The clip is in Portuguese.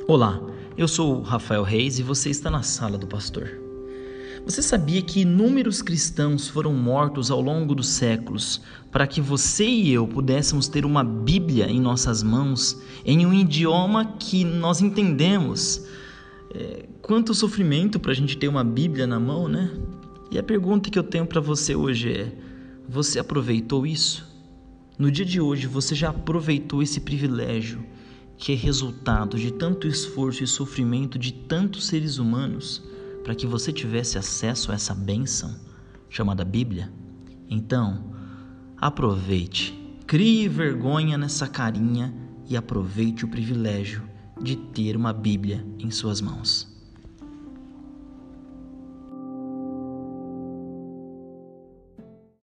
Olá, eu sou o Rafael Reis e você está na Sala do Pastor. Você sabia que inúmeros cristãos foram mortos ao longo dos séculos para que você e eu pudéssemos ter uma Bíblia em nossas mãos, em um idioma que nós entendemos? Quanto sofrimento para a gente ter uma Bíblia na mão, né? E a pergunta que eu tenho para você hoje é: você aproveitou isso? No dia de hoje, você já aproveitou esse privilégio que é resultado de tanto esforço e sofrimento de tantos seres humanos para que você tivesse acesso a essa bênção chamada Bíblia? Então, aproveite, crie vergonha nessa carinha e aproveite o privilégio de ter uma Bíblia em suas mãos.